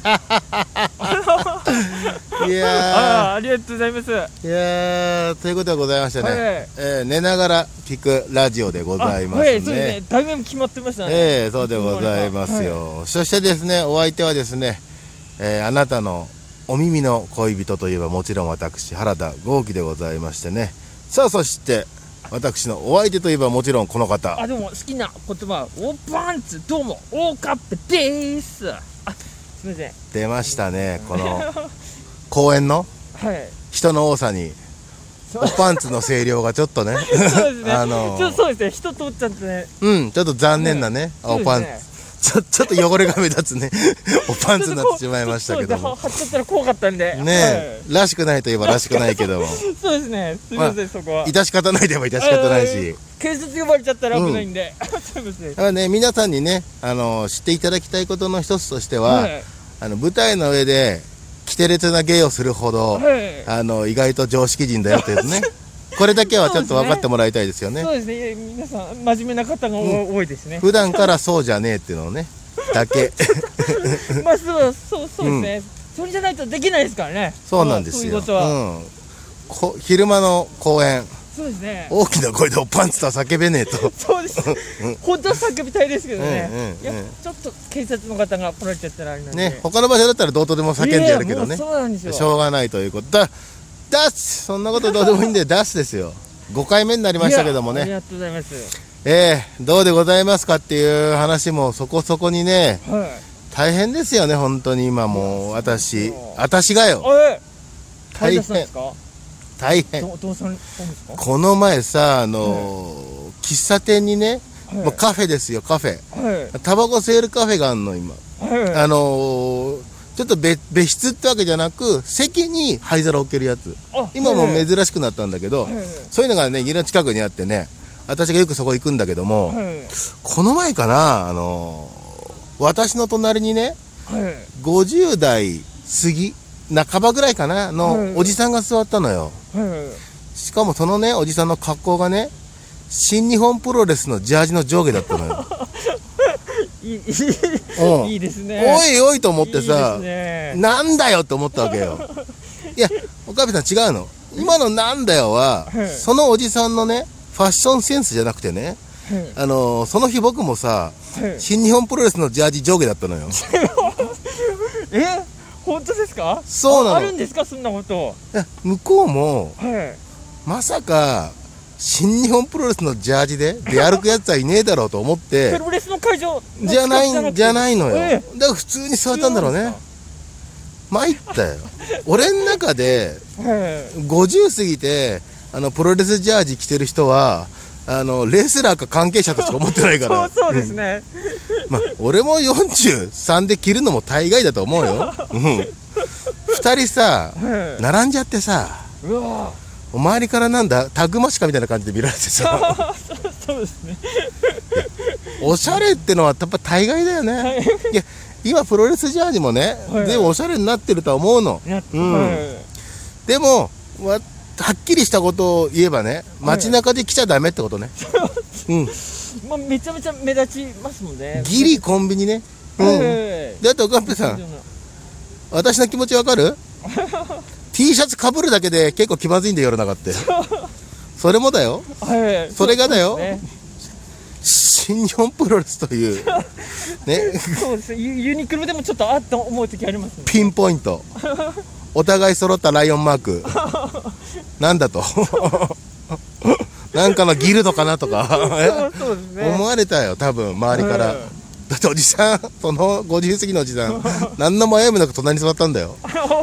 いやありがとうございます。 いやということでございましてね、 はい寝ながら聞くラジオでございますね。 はい、そうですね。題名も決まってましたね。 そうでございますよ。そしてですね、お相手はですね、あなたのお耳の恋人といえばもちろん私原田豪輝でございましてね。さあ、そして私のお相手といえばもちろんこの方。 でも好きな言葉、オーパンツ、どうも、オーカップでーす。すみません。 出ましたね、この公園の人の多さにおパンツの声量がちょっとねそうですね。そうですね。人通っちゃってね。 ちょっと残念なね、おパンツちょっと汚れが目立つねおパンツになってしまいましたけども、 貼っちゃったら怖かったんでね、らしくないといえばらしくないけどもそうですね。すみません、そこは致し方ないといえば致し方ないし、 警察呼ばれちゃったら危ないんで、すみません。 だからね、皆さんにね、知っていただきたいことの一つとしては、舞台の上で奇て烈な芸をするほど、意外と常識人だよってですねこれだけはちょっと分かってもらいたいですよね。 そうですね。皆さん真面目な方が多いですね。 普段からそうじゃねえっていうのをねだけまあそうですね。それじゃないとできないですからね。 そうなんですよ。 そういうことは。 昼間の公演、 そうですね。 大きな声でおパンツとは叫べねえと。 そうです。本当は叫びたいですけどね。ちょっと警察の方が来られちゃったらあれなんで。ね、 他の場所だったらどうとでも叫んでやるけどね。 そうなんですよ。 しょうがないということだ。ダッシュ、そんなことどうでもいいんでダッシュですよ。5回目になりましたけどもね。 ありがとうございます。 どうでございますかっていう話もそこそこにね、大変ですよね、本当に今もう私がよ。大変。大変。この前さ、喫茶店にね、カフェですよ、カフェ。タバコ吸えるカフェがあんの、今。ちょっと別室ってわけじゃなく、席に灰皿置けるやつ。今もう珍しくなったんだけど、そういうのがね、家の近くにあってね、私がよくそこ行くんだけども、この前かな、私の隣にね、50代過ぎ、半ばぐらいかな、のおじさんが座ったのよ。しかもそのね、おじさんの格好がね、新日本プロレスのジャージの上下だったのよ。 いいですね。 おいおいと思ってさ、なんだよって思ったわけよ。いや、岡部さん違うの。今のなんだよは、そのおじさんのね、ファッションセンスじゃなくてね、その日僕もさ、新日本プロレスのジャージ上下だったのよ。 本当ですか？ そうなの。 あるんですか、そんなこと。 向こうも、まさか新日本プロレスのジャージで出歩くやつはいねえだろうと思ってプロレスの会場じゃないのよ。だから普通に座ったんだろうね。参ったよ。俺の中で50過ぎてプロレスジャージ着てる人はレスラーか関係者としか思ってないからそうですね。 まあ俺も43で着るのも大概だと思うよ。2人さ並んじゃってさ、周りからなんだタグマシカみたいな感じで見られてさそうですね。 おしゃれってのはやっぱ大概だよね。いや今プロレスジャージもね、でもおしゃれになってるとは思うの。でもはっきりしたことを言えばね、街中で来ちゃダメってことね。 まあめちゃめちゃ目立ちますもんね。 ギリコンビニね。だって岡部さん、私の気持ちわかる？T シャツかぶるだけで結構気まずいんだよ、世の中って。それもだよ。それがだよ。新日本プロレスというね。 そうです。ユニクロでもちょっとと思う時ありますね。 ピンポイント。お互い揃ったライオンマーク。なんだと。なんかのギルドかなとか思われたよ、多分周りから。だっておじさん、その50過ぎのおじさん、何の迷いもなく隣に座ったんだよ。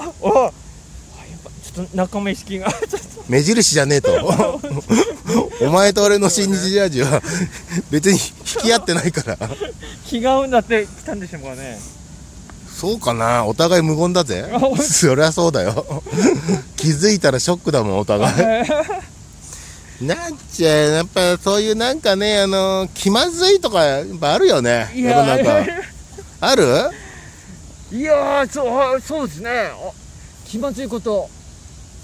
ちょっと仲間意識が目印じゃねえと。お前と俺の新日ジャージは別に引き合ってないから。 気が合うんだって来たんでしょうかね。 そうかな、お互い無言だぜ。そりゃそうだよ。気づいたらショックだもん、お互い。なんちゃやっぱそういうなんかね、気まずいとかやっぱあるよね、世の中。ある？ いやそうですね。気まずいこと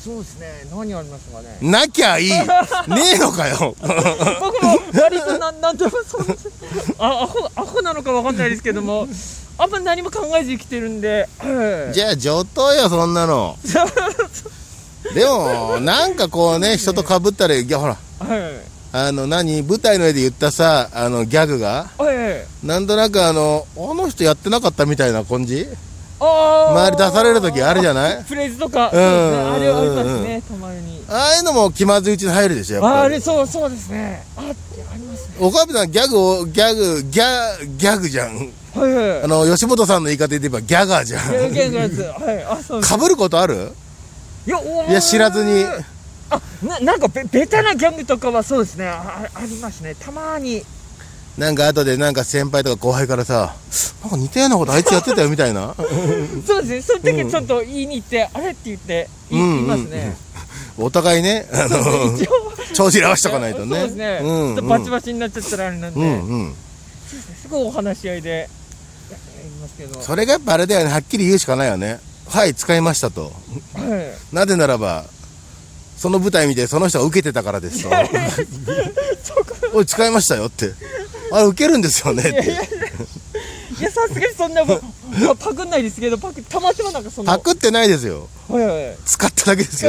そうですね。何ありますかね。 なきゃいい。ねえのかよ。 僕も割となんともアホなのかわかんないですけども、あんま何も考えず生きてるんで。 じゃあ上等よそんなの。でもなんかこうね、人と被ったら、いやほら、舞台の上で言ったさ、ギャグが、なんとなくあの人やってなかったみたいな感じ。周り出される時あるじゃない。 フレーズとか、あれありますね、たまに。 ああいうのも気まずいうちに入るでしょ、やっぱり。 あれ、そうですね。ありますね。 岡部さんギャグじゃん。吉本さんの言い方で言えばギャガーじゃん。 ギャグやつ。はい、あ、そうです。 被ることある？いや、知らずに。 なんかベタなギャグとかはそうですね、ありますね、たまに。 なんか後でなんか先輩とか後輩からさ、なんか似たようなことあいつやってたよみたいな。 そうですね、その時ちょっと言いに行って、あれって言って言いますね。 お互いね、調子合わしとかないとね。 そうですね、ちょっとバチバチになっちゃったらあれなんで、すごいお話し合いでやりますけど。 それがやっぱあれだよね、はっきり言うしかないよね。はい、使いましたと。なぜならばその舞台見てその人が受けてたからですと。おい、使いましたよって。あれ受けるんですよねって。 いや、さすがにそんなパクんないですけど、たまたまなんかそのパクってないですよ。使っただけですよ。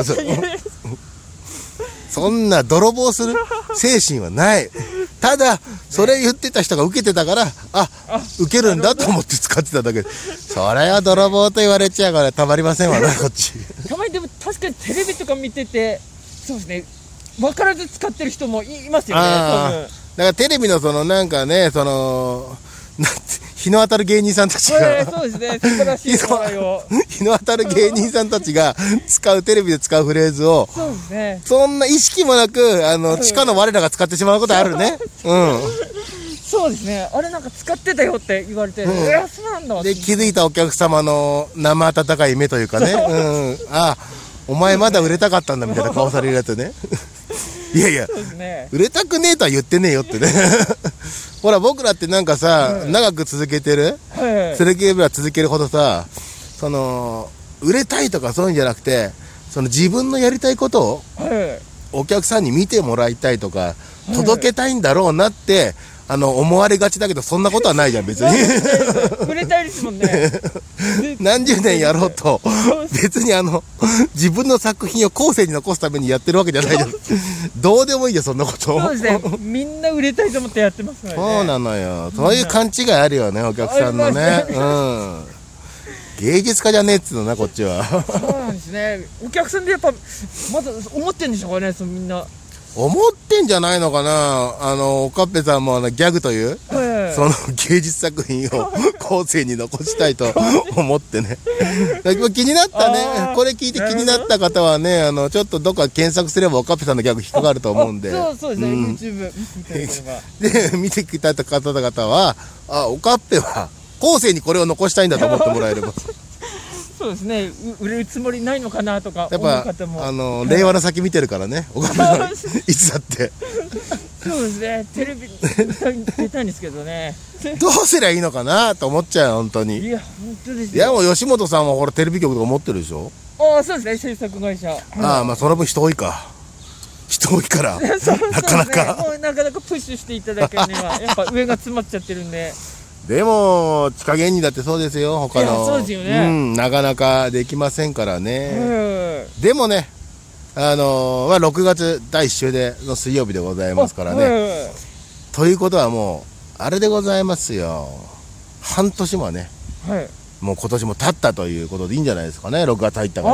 そんな泥棒する精神はない。ただそれ言ってた人が受けてたから、受けるんだと思って使ってただけで、それは泥棒と言われちゃうからたまりませんわな、こっち。 たまにでも確かにテレビとか見てて、そうですね、分からず使ってる人もいますよね、多分。 だからテレビのそのなんかね、日の当たる芸人さんたちが、 そうですね、素晴らしい笑いを。 日の当たる芸人さんたちがテレビで使うフレーズを、 そうですね、 そんな意識もなく地下の我らが使ってしまうことあるね。 そうですね、あれなんか使ってたよって言われて、いや、そうなんだ。 で気づいたお客様の生温かい目というかね、お前まだ売れたかったんだみたいな顔されるやつね。いやいや、売れたくねえとは言ってねえよってね。ほら僕らってなんかさ、長く続けてる、続ければ続けるほどさ、売れたいとかそういうんじゃなくて、自分のやりたいことをお客さんに見てもらいたいとか、届けたいんだろうなって思われがちだけど、そんなことはないじゃん別に。 売れたいですもんね。 何十年やろうと別に自分の作品を後世に残すためにやってるわけじゃないじゃん。どうでもいいよそんなこと。 そうですね、みんな売れたいと思ってやってますからね。 そうなのよ、そういう勘違いあるよね、お客さんのね。芸術家じゃねえっつうのな、こっちは。 そうなんですね、お客さんでやっぱまだ思ってんでしょうかね、みんな思ってんじゃないのかな。おかっぺさんもギャグという、その芸術作品を後世に残したいと思ってね。気になったね、これ聞いて気になった方はね、ちょっとどっか検索すればおかっぺさんのギャグ引っかかると思うんで。 そうですね、YouTube 見てきた方々は、おかっぺは後世にこれを残したいんだと思ってもらえれば。 そうですね、売れるつもりないのかなとか思う方も、 やっぱ令和の先見てるからね、おかっぺさんいつだって。 そうですね、テレビ出たいんですけどね。 どうすりゃいいのかなと思っちゃうよ、本当に。 いや、本当ですよ。 いや、もう吉本さんはほらテレビ局とか持ってるでしょ。 そうですね、制作会社。 まあその分人多いか。人多いからなかなかもうなかなかプッシュしていただけるにはやっぱ上が詰まっちゃってるんで。 でも地下芸人だってそうですよ、他の。 そうですよね、 なかなかできませんからね。でもね、6月第1週の水曜日でございますからね。ということはもうあれでございますよ、半年もね、もう今年も経ったということでいいんじゃないですかね、6月入ったから。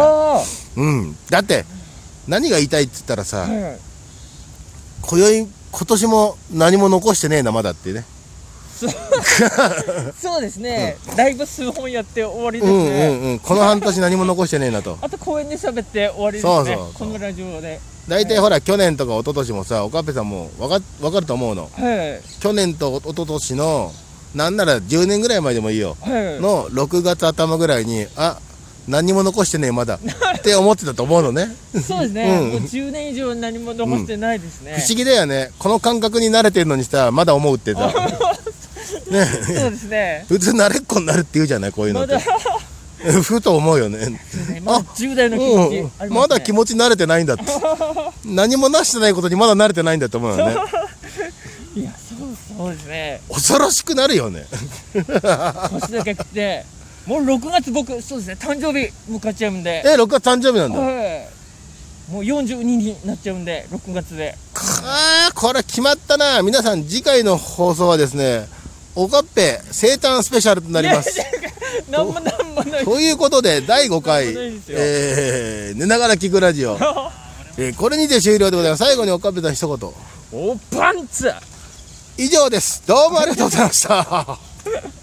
だって何が言いたいって言ったらさ、今年も何も残してねえなまだってね。 そうですね、ライブ数本やって終わりですね。 この半年何も残してねえなと。 あと公園で喋って終わりですね、このラジオで。 大体ほら去年とか一昨年もさ、おかっぺさんも分かると思うの。去年と一昨年のなんなら10年ぐらい前でもいいよの6月頭ぐらいに、何にも残してねえまだって思ってたと思うのね。 そうですね、もう10年以上何も残してないですね。 不思議だよね、この感覚に慣れてるのにさまだ思うってさ。 そうですね、 普通慣れっこになるって言うじゃない、こういうのって。 ふと思うよね。 まだ10代の気持ちありますね。 まだ気持ち慣れてないんだって。何もなしてないことにまだ慣れてないんだと思うよね。 いや、そうですね。 恐ろしくなるよね。 年だけ食って、もう6月僕、そうですね、誕生日迎えちゃうんで。 6月誕生日なんだ。 もう42になっちゃうんで、6月で。 これ決まったな。皆さん、次回の放送はですね、おかっぺ生誕スペシャルとなります。 なんもないということで、第5回、寝ながら聞くラジオ、これにて終了でございます。最後におかっぺさん一言。 おパンツ以上です。どうもありがとうございました。